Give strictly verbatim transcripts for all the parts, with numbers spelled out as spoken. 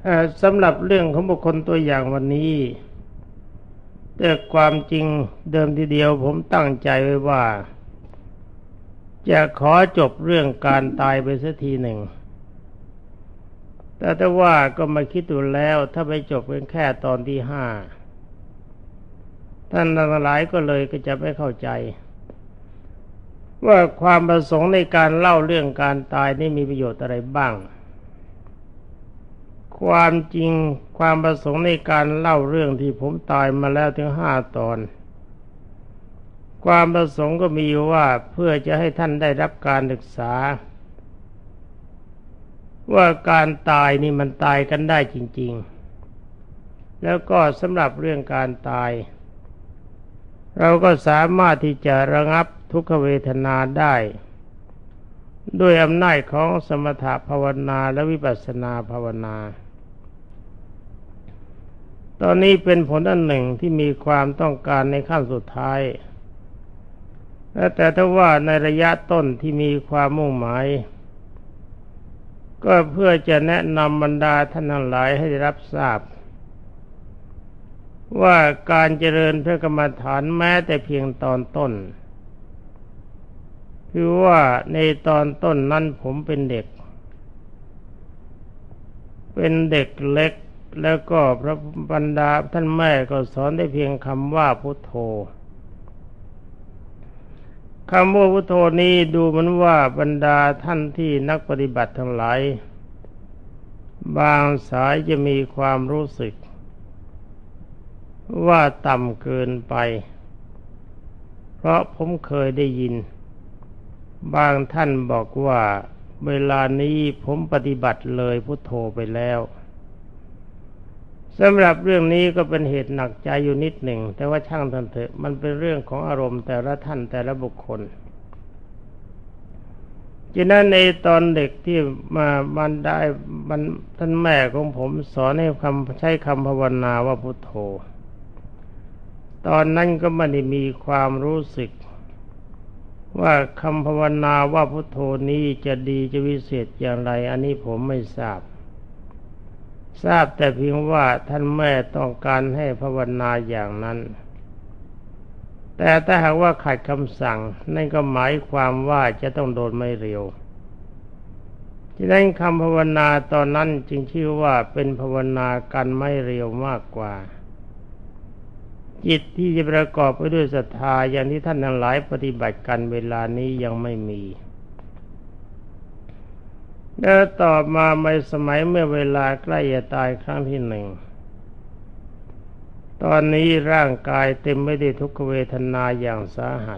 สำหรับเรื่องของบุคคลตัวอย่างวันนี้แต่ความจริงเดิมทีเดียวผมตั้งใจไว้ว่าจะขอจบเรื่องการตายไปสักทีหนึ่งแต่ถ้าว่าก็มาคิดดูแล้วถ้าไปจบเพียงแค่ตอนที่ห้าท่านทั้งหลายก็เลยก็จะไม่เข้าใจว่าความประสงค์ในการเล่าเรื่องการตายนี่มีประโยชน์อะไรบ้างความจริงความประสงค์ในการเล่าเรื่องที่ผมตายมาแล้วถึงห้าตอนความประสงค์ก็มีว่าเพื่อจะให้ท่านได้รับการศึกษาว่าการตายนี่มันตายกันได้จริงๆแล้วก็สำหรับเรื่องการตายเราก็สามารถที่จะระงับทุกขเวทนาได้ด้วยอำนาจของสมถภาวนาและวิปัสสนาภาวนาตอนนี้เป็นผลอันหนึ่งที่มีความต้องการในขั้นสุดท้ายแต่ถ้าว่าในระยะต้นที่มีความมุ่งหมายก็เพื่อจะแนะนำบรรดาท่านทั้งหลายให้ได้รับทราบว่าการเจริญพระกรรมฐานแม้แต่เพียงตอนต้นคือว่าในตอนต้นนั้นผมเป็นเด็กเป็นเด็กเล็กแล้วก็พระบรรดาท่านแม่ก็สอนได้เพียงคำว่าพุทโธคำว่าพุทโธนี้ดูเหมือนว่าบรรดาท่านที่นักปฏิบัติทั้งหลายบางสายจะมีความรู้สึกว่าต่ำเกินไปเพราะผมเคยได้ยินบางท่านบอกว่าเวลานี้ผมปฏิบัติเลยพุทโธไปแล้วสำหรับเรื่องนี้ก็เป็นเหตุหนักใจอยู่นิดหนึ่งแต่ว่าช่างท่านเถอะมันเป็นเรื่องของอารมณ์แต่ละท่านแต่ละบุคคลฉะนั้นในตอนเด็กที่มาบันได้บันท่านแม่ของผมสอนให้คำใช้คำภาวนาว่าพุทโธตอนนั้นก็ไม่ได้มีความรู้สึกว่าคำภาวนาว่าพุทโธนี้จะดีจะวิเศษอย่างไรอันนี้ผมไม่ทราบทราบแต่เพียงว่าท่านแม่ต้องการให้ภาวนาอย่างนั้นแต่ถ้าหากว่าขัดคำสั่งนั่นก็หมายความว่าจะต้องโดนไม่เร็วฉะนั้นคำภาวนาตอนนั้นจึงชื่อว่าเป็นภาวนากันไม่เร็วมากกว่าจิตที่จะประกอบไปด้วยศรัทธาอย่างที่ท่านทั้งหลายปฏิบัติกันเวลานี้ยังไม่มีแล้วต่อมาในสมัยเมื่อเวลาใกล้จะตายครั้งที่หนึ่งตอนนี้ร่างกายเต็มไปด้วยทุกขเวทนาอย่างสาหัส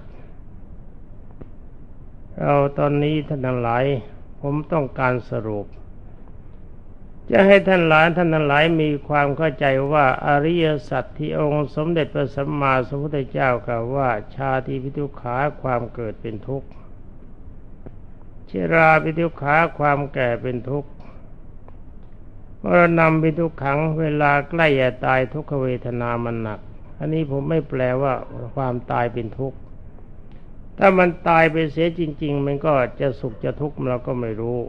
เราตอนนี้ท่านทั้งหลายผมต้องการสรุปจะให้ท่านหลายท่านทั้งหลายมีความเข้าใจว่าอริยสัจที่องค์สมเด็จพระสัมมาสัมพุทธเจ้ากล่าวว่าชาติปิทุกขาความเกิดเป็นทุกข์ชราปิทุกขาความแก่เป็นทุกข์มรณะปิทุกขังเวลาใกล้จะตายทุกขเวทนามันหนักอันนี้ผมไม่แปลว่าความตายเป็นทุกข์ถ้ามันตายไปเสียจริงๆมันก็จะสุขจะทุกข์เราก็ไม่รู้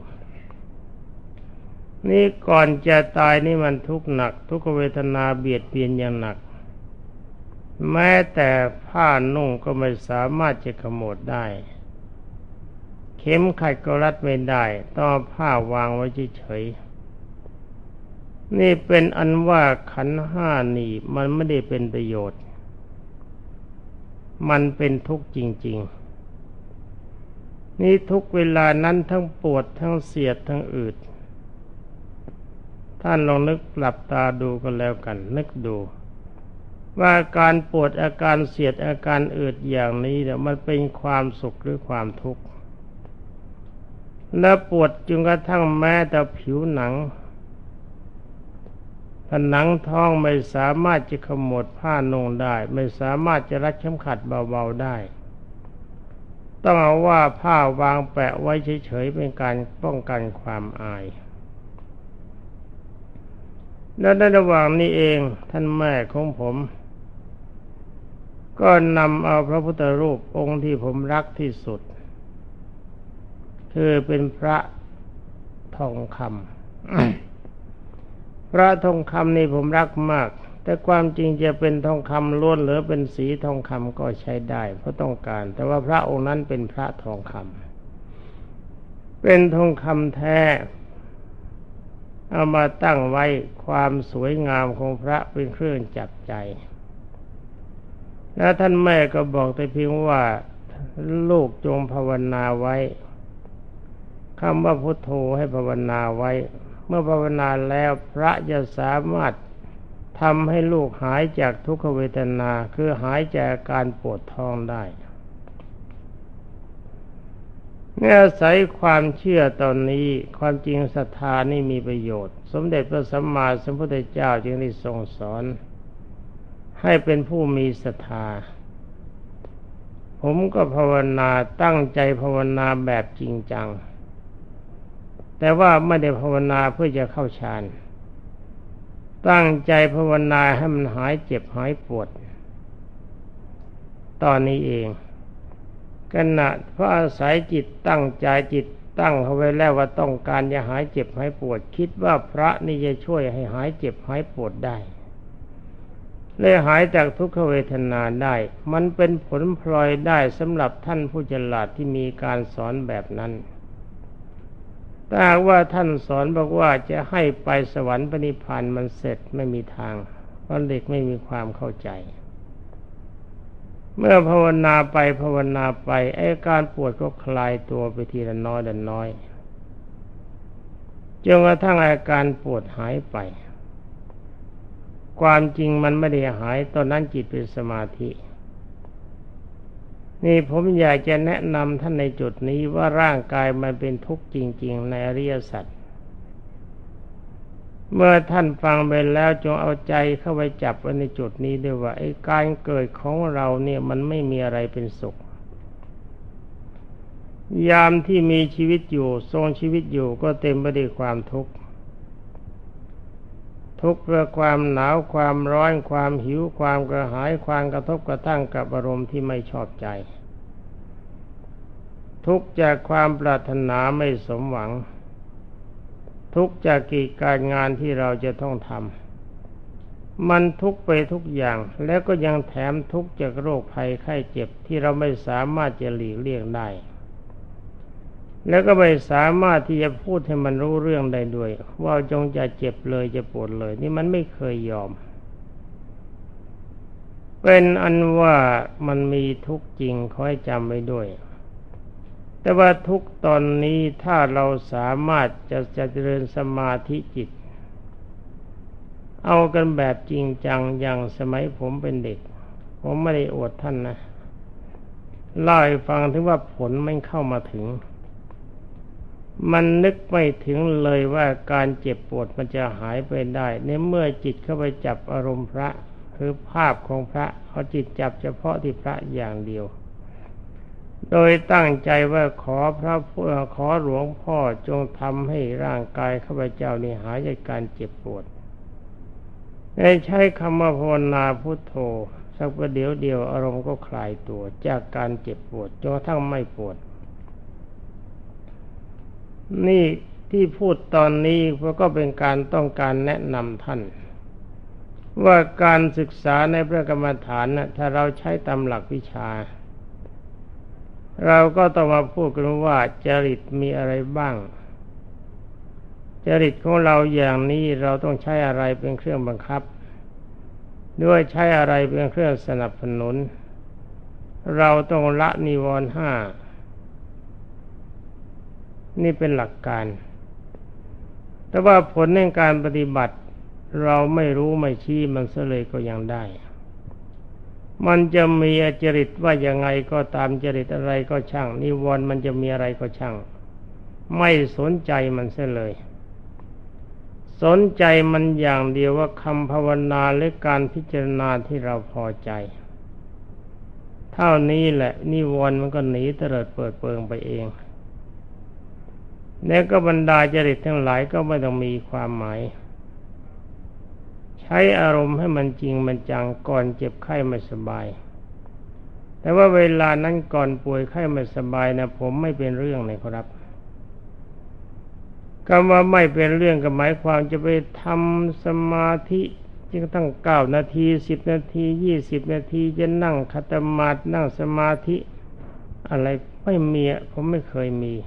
นี่ก่อนจะตายนี่มันทุกข์หนักทุกขเวทนาเบียดเบียนอย่างหนักแม้แต่ผ้านุ่งก็ไม่สามารถจะขโมยได้เข็มขัดก็รัดไม่ได้ต้องผ้าวางไว้เฉยๆนี่เป็นอันว่าขันธ์ห้านี่มันไม่ได้เป็นประโยชน์มันเป็นทุกข์จริงๆนี่ทุกเวลานั้นทั้งปวดทั้งเสียดทั้งอืดท่านลองนึกหลับตาดูกันแล้วกันนึกดูว่าการปวดอาการเสียดอาการอืดอย่างนี้เนี่ยมันเป็นความสุขหรือความทุกข์และปวดจนกระทั่งแม้แต่ผิวหนังผนังท้องไม่สามารถจะขมวดผ้านุ่งได้ไม่สามารถจะรัดเข็มขัดเบาๆได้ต้องเอาว่าผ้าวางแปะไว้เฉยๆเป็นการป้องกันความอายและในระหว่างนี้เองท่านแม่ของผมก็นำเอาพระพุทธรูปองค์ที่ผมรักที่สุดคือเป็นพระทองคำพระทองคำนี่ผมรักมากแต่ความจริงจะเป็นทองคำล้วนหรือเป็นสีทองคำก็ใช้ได้เพราะต้องการแต่ว่าพระองค์นั้นเป็นพระทองคำเป็นทองคำแท้เอามาตั้งไว้ความสวยงามของพระเป็นเครื่องจับใจแล้วท่านแม่ก็บอกแต่เพียงว่าลูกจงภาวนาไว้คำว่าพุทโธให้ภาวนาไว้เมื่อภาวนาแล้วพระจะสามารถทำให้ลูกหายจากทุกขเวทนาคือหายจากอาการปวดท้องได้เมื่ออาศัยความเชื่อตอนนี้ความจริงศรัทธานี่มีประโยชน์สมเด็จพระสัมมาสัมพุทธเจ้าจึงได้ทรงสอนให้เป็นผู้มีศรัทธาผมก็ภาวนาตั้งใจภาวนาแบบจริงจังแต่ว่าไม่ได้ภาวนาเพื่อจะเข้าฌานตั้งใจภาวนาให้มันหายเจ็บหายปวดตอนนี้เองขณะเพราะอาศัยจิตตั้งใจจิตตั้งเอาไว้แล้วว่าต้องการจะหายเจ็บหายปวดคิดว่าพระนี่จะช่วยให้หายเจ็บหายปวดได้เลยหายจากทุกขเวทนาได้มันเป็นผลพลอยได้สำหรับท่านผู้ฉลาดที่มีการสอนแบบนั้นถ้าว่าท่านสอนบอกว่าจะให้ไปสวรรค์ปณิพพานมันเสร็จไม่มีทางเพราะเด็กไม่มีความเข้าใจเมื่อภาวนาไปภาวนาไปไอ้การปวดก็คลายตัวไปทีละน้อยละน้อยจนกระทั่งอาการปวดหายไปความจริงมันไม่ได้หายตอนนั้นจิตเป็นสมาธินี่ผมอยากจะแนะนำท่านในจุดนี้ว่าร่างกายมันเป็นทุกข์จริงๆในอริยสัจเมื่อท่านฟังไปแล้วจงเอาใจเข้าไปจับไว้ในจุดนี้ด้วยว่าไอ้การเกิดของเราเนี่ยมันไม่มีอะไรเป็นสุขยามที่มีชีวิตอยู่ทรงชีวิตอยู่ก็เต็มไปด้วยความทุกข์ทุกข์เพราะความหนาวความร้อนความหิวความกระหายความกระทบกระทั่งกับอารมณ์ที่ไม่ชอบใจทุกข์จากความปรารถนาไม่สมหวังทุกข์จากกิจการงานที่เราจะต้องทำมันทุกข์ไปทุกอย่างแล้วก็ยังแถมทุกข์จากโรคภัยไข้เจ็บที่เราไม่สามารถจะหลีกเลี่ยงได้แล้วก็ไม่สามารถที่จะพูดให้มันรู้เรื่องได้ด้วยว่าจงจะเจ็บเลยจะปวดเลยนี่มันไม่เคยยอมเป็นอันว่ามันมีทุกข์จริงขอให้จำไว้ด้วยแต่ว่าทุกตอนนี้ถ้าเราสามารถจะจะเจริญสมาธิจิตเอากันแบบจริงจังอย่างสมัยผมเป็นเด็กผมไม่ได้อวดท่านนะเล่าให้ฟังถึงว่าผลไม่เข้ามาถึงมันนึกไม่ถึงเลยว่าการเจ็บปวดมันจะหายไปได้ในเมื่อจิตเข้าไปจับอารมณ์พระคือภาพของพระเอาจิตจับเฉพาะที่พระอย่างเดียวโดยตั้งใจว่าขอพระขอหลวงพ่อจงทำให้ร่างกายข้าพเจ้านี่หายจากการเจ็บปวดได้ใช้คำว่าภาวนาพุทโธสักประเดี๋ยวเดียวอารมณ์ก็คลายตัวจากการเจ็บปวดจนกระทั่งไม่ปวดนี่ที่พูดตอนนี้เพราะก็เป็นการต้องการแนะนำท่านว่าการศึกษาในพระกรรมฐานนะถ้าเราใช้ตามหลักวิชาเราก็ต้องมาพูดกันว่าจริตมีอะไรบ้างจริตของเราอย่างนี้เราต้องใช้อะไรเป็นเครื่องบังคับด้วยใช้อะไรเป็นเครื่องสนับสนุนเราต้องละนิวรณ์ห้านี่เป็นหลักการแต่ว่าผลในการปฏิบัติเราไม่รู้ไม่ชี้มันเสเลยก็ยังได้มันจะมีจริตว่ายังไงก็ตามจริตอะไรก็ช่างนิวรณ์มันจะมีอะไรก็ช่างไม่สนใจมันเสียเลยสนใจมันอย่างเดียวว่าคำภาวนาและการพิจารณาที่เราพอใจเท่านี้แหละนิวรณ์มันก็หนีเตลิดเปิดเปิงไปเองแล้วก็บรรดาจริตทั้งหลายก็ไม่ต้องมีความหมายใช้อารมณ์ให้มันจริงมันจังก่อนเจ็บไข้ไม่สบายแต่ว่าเวลานั้นก่อนป่วยไข้ไม่สบายนะผมไม่เป็นเรื่องเลยครับคำว่าไม่เป็นเรื่องก็หมายความจะไปทำสมาธิจึงตั้งเก้านาทีสิบนาทียี่สิบนาทีจะนั่งขัตตมาธินั่งสมาธิอะไรไม่มีผมไม่เคยมี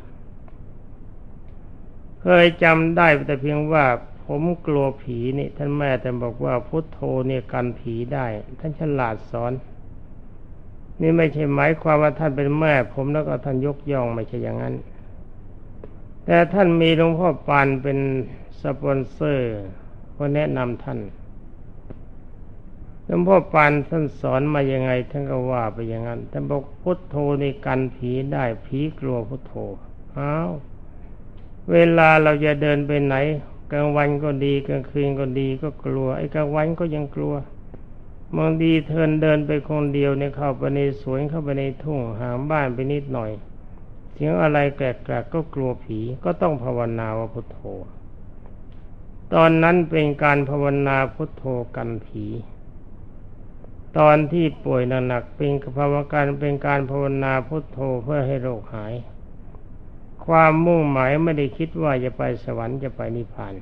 เคยจำได้แต่เพียงว่าผมกลัวผีนี่ท่านแม่แต่บอกว่าพุทโธเนี่ยกันผีได้ท่านฉลาดสอนนี่ไม่ใช่หมายความว่าท่านเป็นแม่ผมแล้วก็ท่านยกย่องไม่ใช่อย่างนั้นแต่ท่านมีหลวงพ่อปานเป็นสปอนเซอร์ก็แนะนำท่านหลวงพ่อปานท่านสอนมายังไงท่านก็ว่าไปอย่างนั้นท่านบอกพุทโธนี่กันผีได้ผีกลัวพุทโธอ้าวเวลาเราจะเดินไปไหนกลางวันก็ดีกลางคืนก็ดีก็กลัวไอ้กลางวันก็ยังกลัวบางทีเทินเดินไปคนเดียวเนี่ยเข้าไปในสวนเข้าไปในทุ่งห่างบ้านไปนิดหน่อยเสียงอะไรแกลกๆก็กลัวผีก็ต้องภาวนาว่าพุทโธตอนนั้นเป็นการภาวนาพุทโธกันผีตอนที่ป่วยหนักๆเป็นภาวนาการเป็นการภาวนาพุทโธเพื่อให้โรคหายความมุ่งหมายไม่ได้คิดว่าจะไปสวรรค์จะไปนิพพาน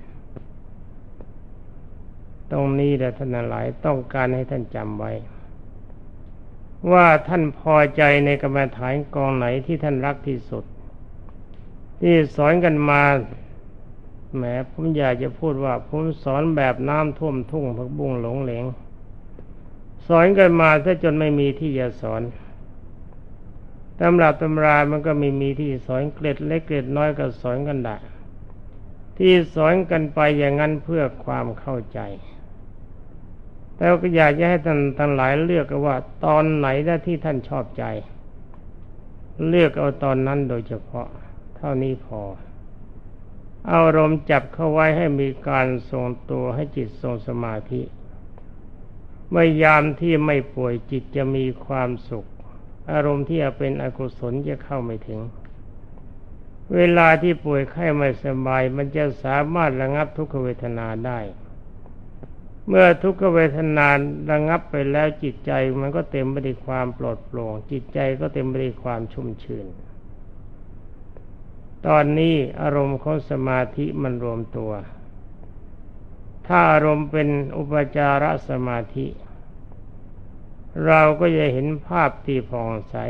ตรงนี้แหละท่านหลายต้องการให้ท่านจำไว้ว่าท่านพอใจในกรรมฐานกองไหนที่ท่านรักที่สุดที่สอนกันมาแหมผมอยากจะพูดว่าผมสอนแบบน้ำท่วมทุ่งผักบุ้งหลงเหลงสอนกันมาซะจนไม่มีที่จะสอนตำรับตำรามันก็ไม่มีที่สอนเกล็ดเล็กเกล็ดน้อยก็สอนกันได้ที่สอนกันไปอย่างนั้นเพื่อความเข้าใจแต่ก็อยากจะให้ท่านทั้งหลายเลือกว่าตอนไหนที่ท่านชอบใจเลือกเอาตอนนั้นโดยเฉพาะเท่านี้พอเอาอารมณ์จับเข้าไว้ให้มีการทรงตัวให้จิตทรงสมาธิเมื่อยามที่ไม่ป่วยจิตจะมีความสุขอารมณ์ที่เป็นอกุศลจะเข้าไม่ถึงเวลาที่ป่วยไข้ไม่สบายมันจะสามารถระงับทุกขเวทนาได้เมื่อทุกขเวทนาระงับไปแล้วจิตใจมันก็เต็มไปด้วยความปลอดโปร่งจิตใจก็เต็มไปด้วยความชุ่มชื่นตอนนี้อารมณ์ของสมาธิมันรวมตัวถ้าอารมณ์เป็นอุปจารสมาธิเราก็จะเห็นภาพที่ผ่องใส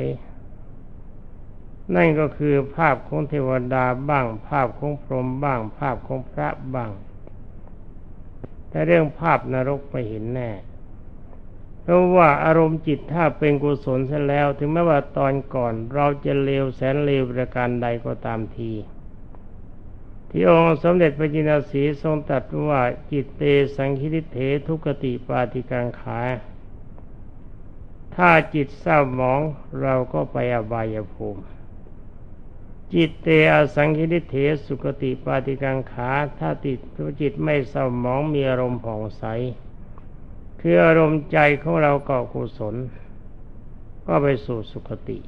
นั่นก็คือภาพของเทวดาบ้างภาพของพรหมบ้างภาพของพระบ้างแต่เรื่องภาพนรกไม่เห็นแน่เพราะว่าอารมณ์จิตถ้าเป็นกุศลเสียแล้วถึงแม้ว่าตอนก่อนเราจะเลวแสนเลวประการใดก็ตามทีที่องค์สมเด็จพระจินสีทรงตรัสว่าจิตเตสังคิริเถทุกติปาติกังขาถ้าจิตเศร้าหมองเราก็ไปอบายภูมิจิตเตอสังคิริเถสุคติปาติกังขาถ้าติดจิตไม่เศร้าหมองมีอารมณ์ผ่องใสคืออารมณ์ใจของเราก่อกุศลก็ไปสู่สุคติ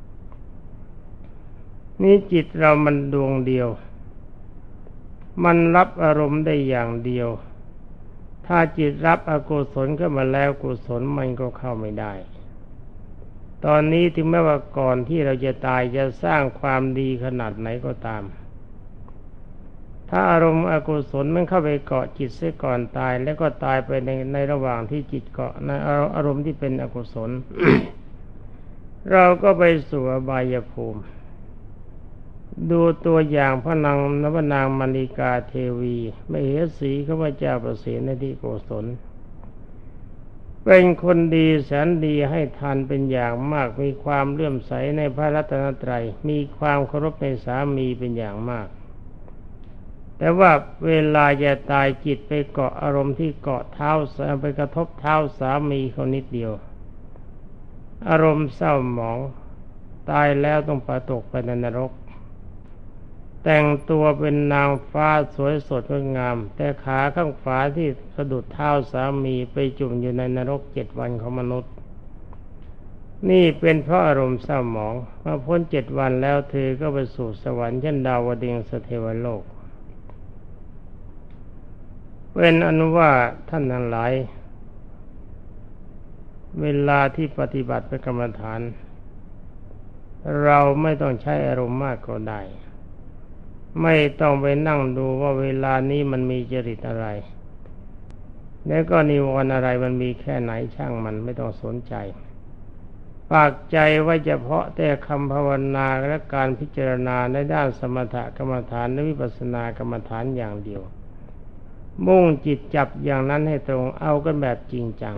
นี่จิตเรามันดวงเดียวมันรับอารมณ์ได้อย่างเดียวถ้าจิตรับอกุศลเข้ามาแล้วกุศลมันก็เข้าไม่ได้ตอนนี้ถึงแม้ว่าก่อนที่เราจะตายจะสร้างความดีขนาดไหนก็ตามถ้าอารมณ์อกุศลมันเข้าไปเกาะจิตเสียก่อนตายแล้วก็ตายไปในในระหว่างที่จิตเกาะในอารมณ์ที่เป็นอกุศล เราก็ไปสู่อบายภูมิดูตัวอย่างพระนางนพนางมณีกาเทวีมเหสีข้าพเจ้าประเสนที่โกศลเป็นคนดีแสนดีให้ทานเป็นอย่างมากมีความเลื่อมใสในพระรัตนตรัยมีความเคารพในสามีเป็นอย่างมากแต่ว่าเวลาจะตายจิตไปเกาะอารมณ์ที่เกาะเท้าไปกระทบเท้าสามีเขานิดเดียวอารมณ์เศร้าหมองตายแล้วต้องไปตกไปในนรกแต่งตัวเป็นนางฟ้าสวยสดงดงามแต่ขาข้างขวาที่สะดุดเท้าสามีไปจุ่มอยู่ในนรกเจ็ดวันของมนุษย์นี่เป็นเพราะอารมณ์เศร้าหมองเมื่อพ้นเจ็ดวันแล้วเธอก็ไปสู่สวรรค์ชั้นดาวดึงสเทวโลกเป็นอนุว่าท่านทั้งหลายเวลาที่ปฏิบัติเป็นกรรมฐานเราไม่ต้องใช้อารมณ์มากก็ได้ไม่ต้องไปนั่งดูว่าเวลานี้มันมีจริตอะไรแล้วก็นิวรณ์อะไรมันมีแค่ไหนช่างมันไม่ต้องสนใจปากใจไว้เฉพาะแต่คำภาวนาและการพิจารณาในด้านสมถกรรมฐานและวิปัสสนากรรมฐานอย่างเดียวมุ่งจิตจับอย่างนั้นให้ตรงเอากันแบบจริงจัง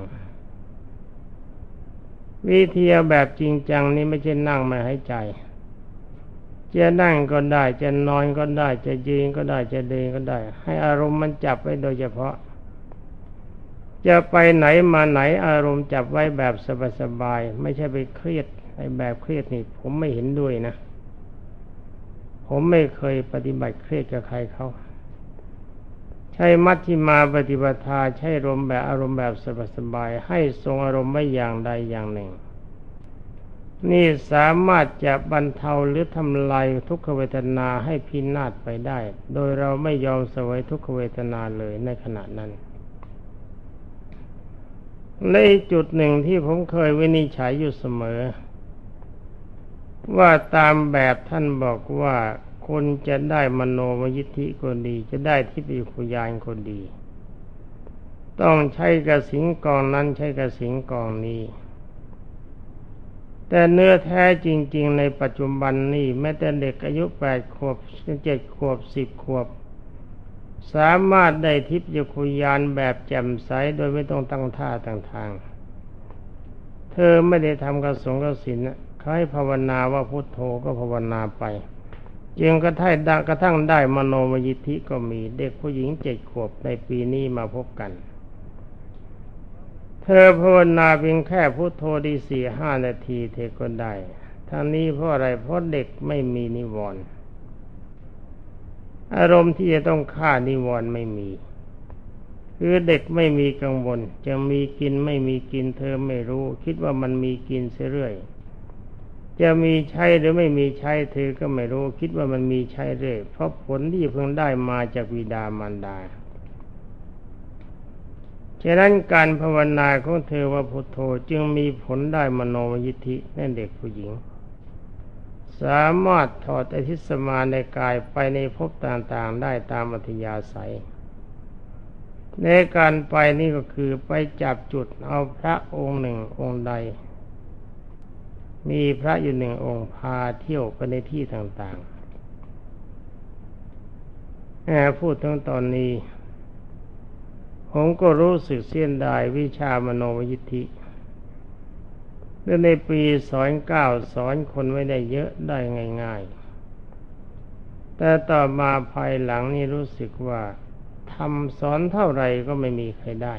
วิธีแบบจริงจังนี้ไม่ใช่นั่งไม่หายใจจะนั่งก็ได้จะนอนก็ได้จะยืนก็ได้จะเดินก็ได้ให้อารมณ์มันจับไว้โดยเฉพาะจะไปไหนมาไหนอารมณ์จับไว้แบบสบายๆไม่ใช่ไปเครียดไอ้แบบเครียดนี่ผมไม่เห็นด้วยนะผมไม่เคยปฏิบัติเครียดกับใครเขาใช้มัชฌิมาปฏิปทาใช้อารมณ์แบบอารมณ์แบบสบายๆให้ทรงอารมณ์ไว้อย่างใดอย่างหนึ่งนี่สามารถจะบรรเทาหรือทำลายทุกขเวทนาให้พินาศไปได้โดยเราไม่ยอมเสวยทุกขเวทนาเลยในขณะนั้นในจุดหนึ่งที่ผมเคยวินิจฉัยอยู่เสมอว่าตามแบบท่านบอกว่าคนจะได้มโนมยิทธิก็ดีจะได้ทิพยญาณก็ดีต้องใช้กสิณกองนั้นใช้กสิณกองนี้แต่เนื้อแท้จริงๆในปัจจุบันนี้แม้แต่เด็กอายุแปดขวบเจ็ดขวบสิบขวบสามารถได้ทิพยญาณแบบแจ่มใสโดยไม่ต้องตั้งท่าตั้งทางเธอไม่ได้ทำกสิณกสิณเขาให้ภาวนาว่าพุทโธก็ภาวนาไปจึงกระทั่งกระทั่งได้มโนมยิทธิก็มีเด็กผู้หญิงเจ็ดขวบในปีนี้มาพบกันเธอภาวนาเพียงแค่พุทโธดีสี่ห้านาทีเธอก็ได้ทั้งนี้เพราะอะไรเพราะเด็กไม่มีนิวรณ์อารมณ์ที่จะต้องฆ่านิวรณ์ไม่มีคือเด็กไม่มีกังวลจะมีกินไม่มีกินเธอไม่รู้คิดว่ามันมีกินเสียเรื่อยจะมีใช้หรือไม่มีใช้เธอก็ไม่รู้คิดว่ามันมีใช้เรื่อยเพราะผลที่เพิ่งได้มาจากบิดามารดาฉะนั้นการภาวนาของเธอว่าพุทโธจึงมีผลได้มโนมยิทธิในเด็กผู้หญิงสามารถถอดอธิสมาในกายไปในภพต่างๆได้ตามอัธยาศัยในการไปนี่ก็คือไปจับจุดเอาพระองค์หนึ่งองค์ใดมีพระอยู่หนึ่งองค์พาเที่ยวไปในที่ต่างๆแอบพูดถึงตอนนี้ผมก็รู้สึกเสียดายวิชามโนมยิทธิในปีสอนเก้าสอนคนไม่ได้เยอะได้ง่ายๆแต่ต่อมาภายหลังนี่รู้สึกว่าทำสอนเท่าไรก็ไม่มีใครได้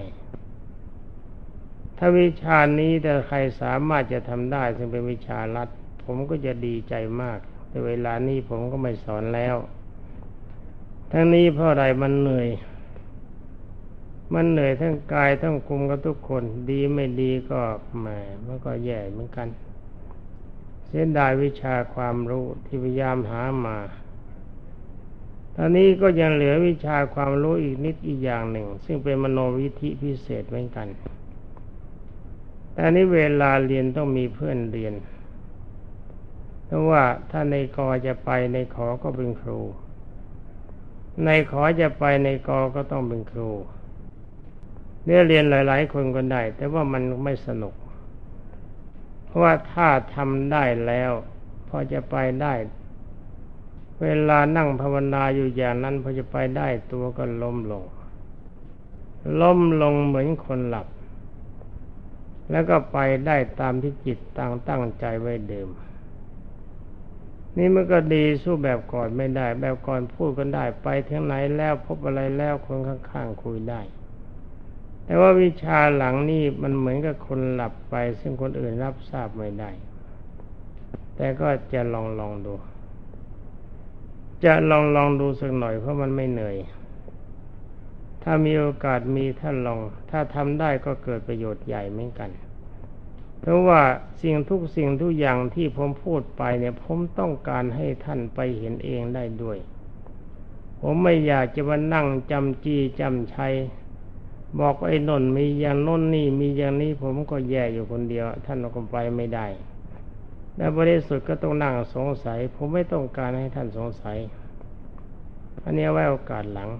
ถ้าวิชานี้แต่ใครสามารถจะทำได้ซึ่งเป็นวิชาลัดผมก็จะดีใจมากแต่เวลานี้ผมก็ไม่สอนแล้วทั้งนี้เพราะอะไรมันเหนื่อยมันเหนื่อยทั้งกายทั้งคุมกับทุกคนดีไม่ดีก็แหมมันก็แย่เหมือนกันเสียดายวิชาความรู้ที่พยายามหามาตอนนี้ก็ยังเหลือวิชาความรู้อีกนิดอีกอย่างหนึ่งซึ่งเป็นมโนวิธิพิเศษเหมือนกันแต่นี้เวลาเรียนต้องมีเพื่อนเรียนเพราะว่าถ้าในกอจะไปในขอก็เป็นครูในขอจะไปในกอก็ต้องเป็นครูเนี่ยเรียนหลายๆคนก็ได้แต่ว่ามันไม่สนุกเพราะว่าถ้าทำได้แล้วพอจะไปได้เวลานั่งภาวนาอยู่อย่างนั้นพอจะไปได้ตัวก็ล้มลงล้มลงเหมือนคนหลับแล้วก็ไปได้ตามที่จิตตั้งตั้งใจไว้เดิมนี่มันก็ดีสู้แบบก่อนไม่ได้แบบก่อนพูดกันได้ไปถึงไหนแล้วพบอะไรแล้วคนข้างๆคุยได้แต่ว่าวิชาหลังนี่มันเหมือนกับคนหลับไปซึ่งคนอื่นรับทราบไม่ได้แต่ก็จะลองลองดูจะลองลองดูสักหน่อยเพราะมันไม่เหนื่อยถ้ามีโอกาสมีท่านลองถ้าทำได้ก็เกิดประโยชน์ใหญ่เหมือนกันเพราะว่าสิ่งทุกสิ่งทุกอย่างที่ผมพูดไปเนี่ยผมต้องการให้ท่านไปเห็นเองได้ด้วยผมไม่อยากจะมานั่งจำจี้จำชัยบอกไอ้นนมีอย่างโน้นนี่มีอย่างนี้ผมก็แย่อยู่คนเดียวท่านก็ไปไม่ได้และบริสุทธิ์ก็ต้องนั่งสงสัยผมไม่ต้องการให้ท่านสงสัยอันนี้ไว้โอกาสหลัง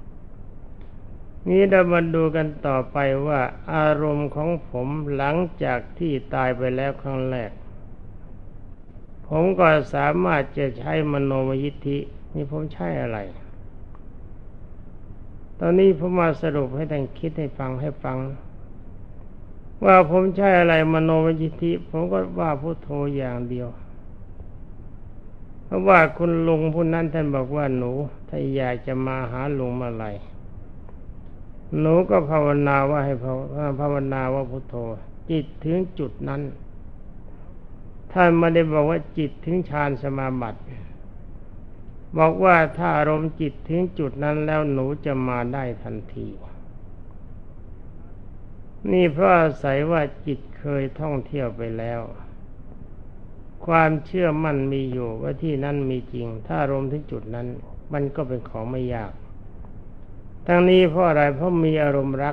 นี้เรามาดูกันต่อไปว่าอารมณ์ของผมหลังจากที่ตายไปแล้วครั้งแรกผมก็สามารถจะใช้มโนมยิทธินี่ผมใช้อะไรตอนนี้ผมมาสรุปให้ท่านคิดให้ฟังให้ฟังว่าผมใช้อะไรมโนมยิทธิผมก็ว่าพุทโธอย่างเดียวเพราะว่าคุณลุงผู้นั้นท่านบอกว่าหนูถ้าอยากจะมาหาลุงเมื่อไหร่หนูก็ภาวนาว่าให้ภาวนาว่าพุทโธจิตถึงจุดนั้นท่านไม่ได้บอกว่าจิตถึงฌานสมาบัติบอกว่าถ้าอารมณ์จิตถึงจุดนั้นแล้วหนูจะมาได้ทันทีนี่เพราะอาศัยว่าจิตเคยท่องเที่ยวไปแล้วความเชื่อมั่นมีอยู่ว่าที่นั้นมีจริงถ้าอารมณ์ถึงจุดนั้นมันก็เป็นของไม่ยากทั้งนี้เพราะอะไรเพราะมีอารมณ์รัก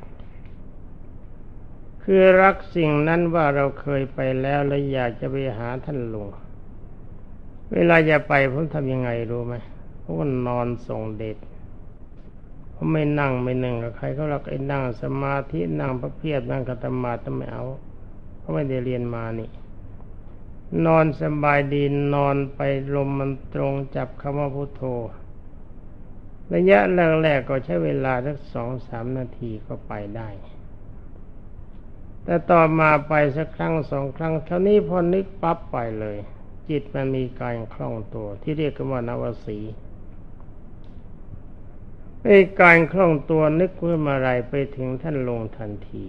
คือรักสิ่งนั้นว่าเราเคยไปแล้วและอยากจะไปหาท่านลุงเวลาจะไปผมทำยังไงรู้ไหมผมก็นอนส่งเดชผมไม่นั่งไม่นึ่งกับใครเขาหรอกไอ้นั่งสมาธินั่งพระเพียรนั่งคัตมาต้องไม่เอาเพราะไม่ได้เรียนมานี่นอนสบายดีนอนไปลมมันตรงจับคำว่าพุทโธระยะแรกๆก็ใช้เวลาสักสองสามนาทีก็ไปได้แต่ต่อมาไปสักครั้งสองครั้งเท่านี้พอนึกปั๊บไปเลยจิตมันมีการคล่องตัวที่เรียกกันว่านวสีไอ้การคล่องตัวนึกขึ้นมาอะไรไปถึงท่านลงทันที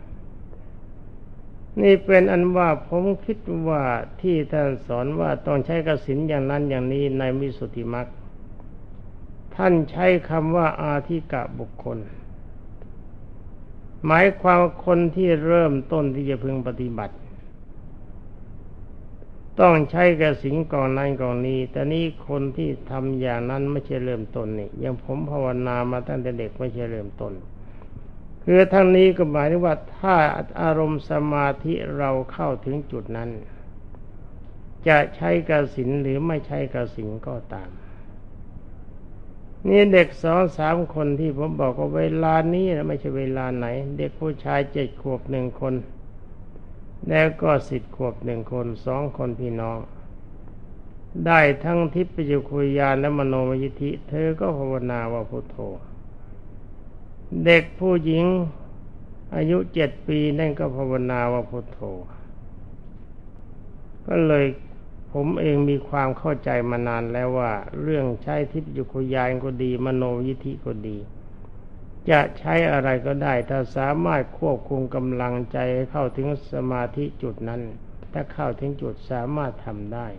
นี่เป็นอันว่าผมคิดว่าที่ท่านสอนว่าต้องใช้กสิณอย่างนั้นอย่างนี้ในวิสุทธิมรรคท่านใช้คำว่าอาทิกะบุคคลหมายความคนที่เริ่มต้นที่จะพึงปฏิบัติต้องใช้กสิณกองนั้นกองนี้แต่นี่คนที่ทำอย่างนั้นไม่ใช่เริ่มต้นนี่อย่างผมภาวนามาตั้งแต่เด็กไม่ใช่เริ่มต้นคือทั้งนี้ก็หมายถึงว่าถ้าอารมณ์สมาธิเราเข้าถึงจุดนั้นจะใช้กสิณหรือไม่ใช้กสิณก็ตามนี่เด็กสองสามคนที่ผมบอกว่าเวลานี้นะไม่ใช่เวลาไหนเด็กผู้ชายเจ็ดขวบหนึ่งคนแล้วก็สิบขวบหนึ่งคนสองคนพี่น้องได้ทั้งทิพยคุยญาณและมโนมยิทธิเธอก็ภาวนาว่าพุทโธเด็กผู้หญิงอายุเจ็ดปีนั่นก็ภาวนาว่าพุทโธก็เลยผมเองมีความเข้าใจมานานแล้วว่าเรื่องใช้ทิพยคุยญาณก็ดีมโนยิทธิก็ดีจะใช้อะไรก็ได้ถ้าสามารถควบคุมกำลังใจให้เข้าถึงสมาธิจุดนั้นถ้าเข้าถึงจุดสามารถทำได้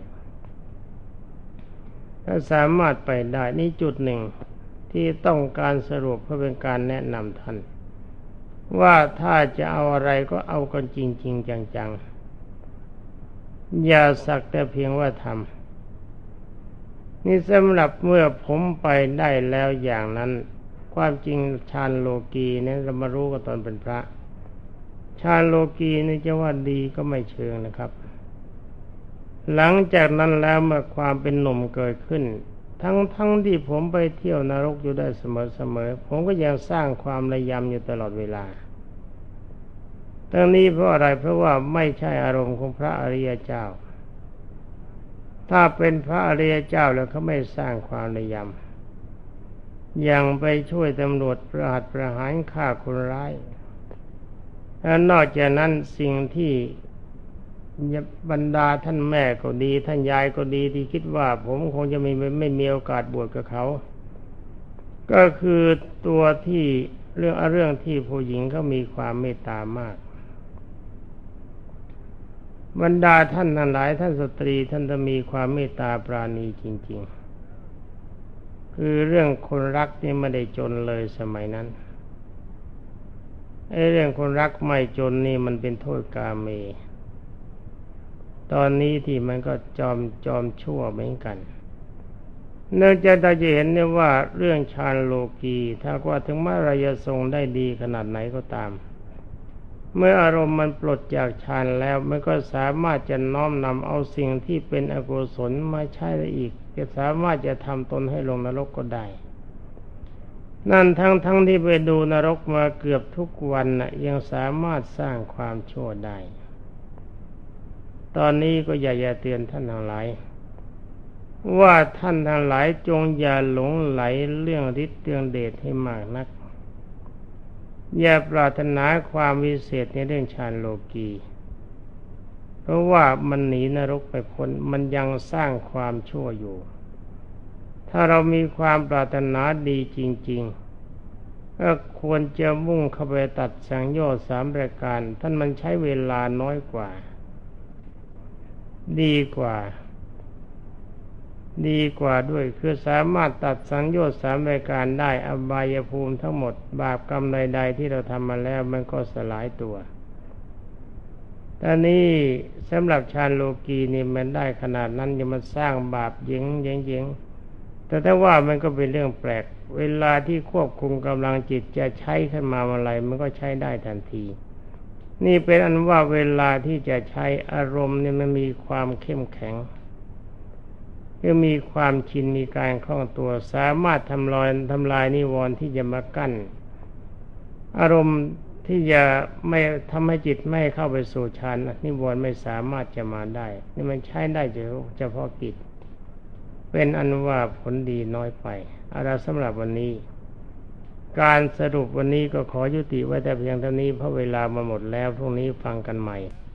ถ้าสามารถไปได้นี่จุดหนึ่งที่ต้องการสรุปเพื่อเป็นการแนะนำท่านว่าถ้าจะเอาอะไรก็เอากันจริงๆจังๆอย่าสักแต่เพียงว่าทำนี่สำหรับเมื่อผมไปได้แล้วอย่างนั้นความจริงฌานโลกีเนี่ยเรามารู้กันตอนเป็นพระฌานโลกีนี่จะว่าดีก็ไม่เชิงนะครับหลังจากนั้นแล้วเมื่อความเป็นหนุ่มเกิดขึ้นทั้งทั้งที่ผมไปเที่ยวนรกอยู่ได้เสมอๆผมก็ยังสร้างความระยำอยู่ตลอดเวลาทั้งนี้เพราะอะไรเพราะว่าไม่ใช่อารมณ์ของพระอริยเจ้าถ้าเป็นพระอริยเจ้าแล้วเขาไม่สร้างความระยำยังไปช่วยตำรวจประหัตประหารฆ่าคนร้ายและนอกจากนั้นสิ่งที่บรรดาท่านแม่ก็ดีท่านยายก็ดีที่คิดว่าผมคงจะไม่ไม่มีโอกาสบวชกับเขาก็คือตัวที่เรื่องเรื่องที่ผู้หญิงเขามีความเมตตามากบรรดาท่านทั้งหลายท่านสตรีท่านจะมีความเมตตาปราณีจริงๆคือเรื่องคนรักนี่ไม่ได้จนเลยสมัยนั้นไอ้เรื่องคนรักไม่จนนี่มันเป็นโทษกาเมตอนนี้ที่มันก็จอมจอมชั่วเหมือนกันเนื่องจากเราจะเห็นเนี่ยว่าเรื่องฌานโลกีถ้าว่าถึงแม้เราจะทรงได้ดีขนาดไหนก็ตามเมื่ออารมณ์มันปลดจากฌานแล้วมันก็สามารถจะน้อมนำเอาสิ่งที่เป็นอกุศลมาใช้ได้อีกจะสามารถจะทำตนให้ลงนรกก็ได้นั่นทั้งทั้งที่ไปดูนรกมาเกือบทุกวันน่ะยังสามารถสร้างความชั่วได้ตอนนี้ก็อยากจะเตือนท่านทั้งหลายว่าท่านทั้งหลายจงอย่าหลงไหลเรื่องฤทธิ์เรื่องเดชให้มากนักอย่าปรารถนาความวิเศษในเรื่องฌานโลกีเพราะว่ามันหนีนรกไปพ้นมันยังสร้างความชั่วอยู่ถ้าเรามีความปรารถนาดีจริงๆก็ควรจะมุ่งเข้าไปตัดสังโยชน์สามประการท่านมันใช้เวลาน้อยกว่าดีกว่าดีกว่าด้วยคือสามารถตัดสังโยชน์สามรายการได้อบายภูมิทั้งหมดบาปกรรมใดๆที่เราทำมาแล้วมันก็สลายตัวตอนนี้สำหรับฌานโลกีนี่มันได้ขนาดนั้นยังมันสร้างบาปยิงยิงยิงแต่ถ้าว่ามันก็เป็นเรื่องแปลกเวลาที่ควบคุมกำลังจิตจะใช้ขึ้นมาเมื่อไรมันก็ใช้ได้ทันทีนี่เป็นอันว่าเวลาที่จะใช้อารมณ์เนี่ยมันมีความเข้มแข็งก็มีความชินมีการคล่องตัวสามารถทำลายทำลายนิวรณ์ที่จะมากั้นอารมณ์ที่จะไม่ทำให้จิตไม่เข้าไปสู่ฌานนิวรณ์ไม่สามารถจะมาได้นี่มันใช้ได้เฉพาะกิจเป็นอันว่าผลดีน้อยไปเอาละสำหรับวันนี้การสรุปวันนี้ก็ขอยุติไว้แต่เพียงเท่านี้เพราะเวลามาหมดแล้วพรุ่งนี้ฟังกันใหม่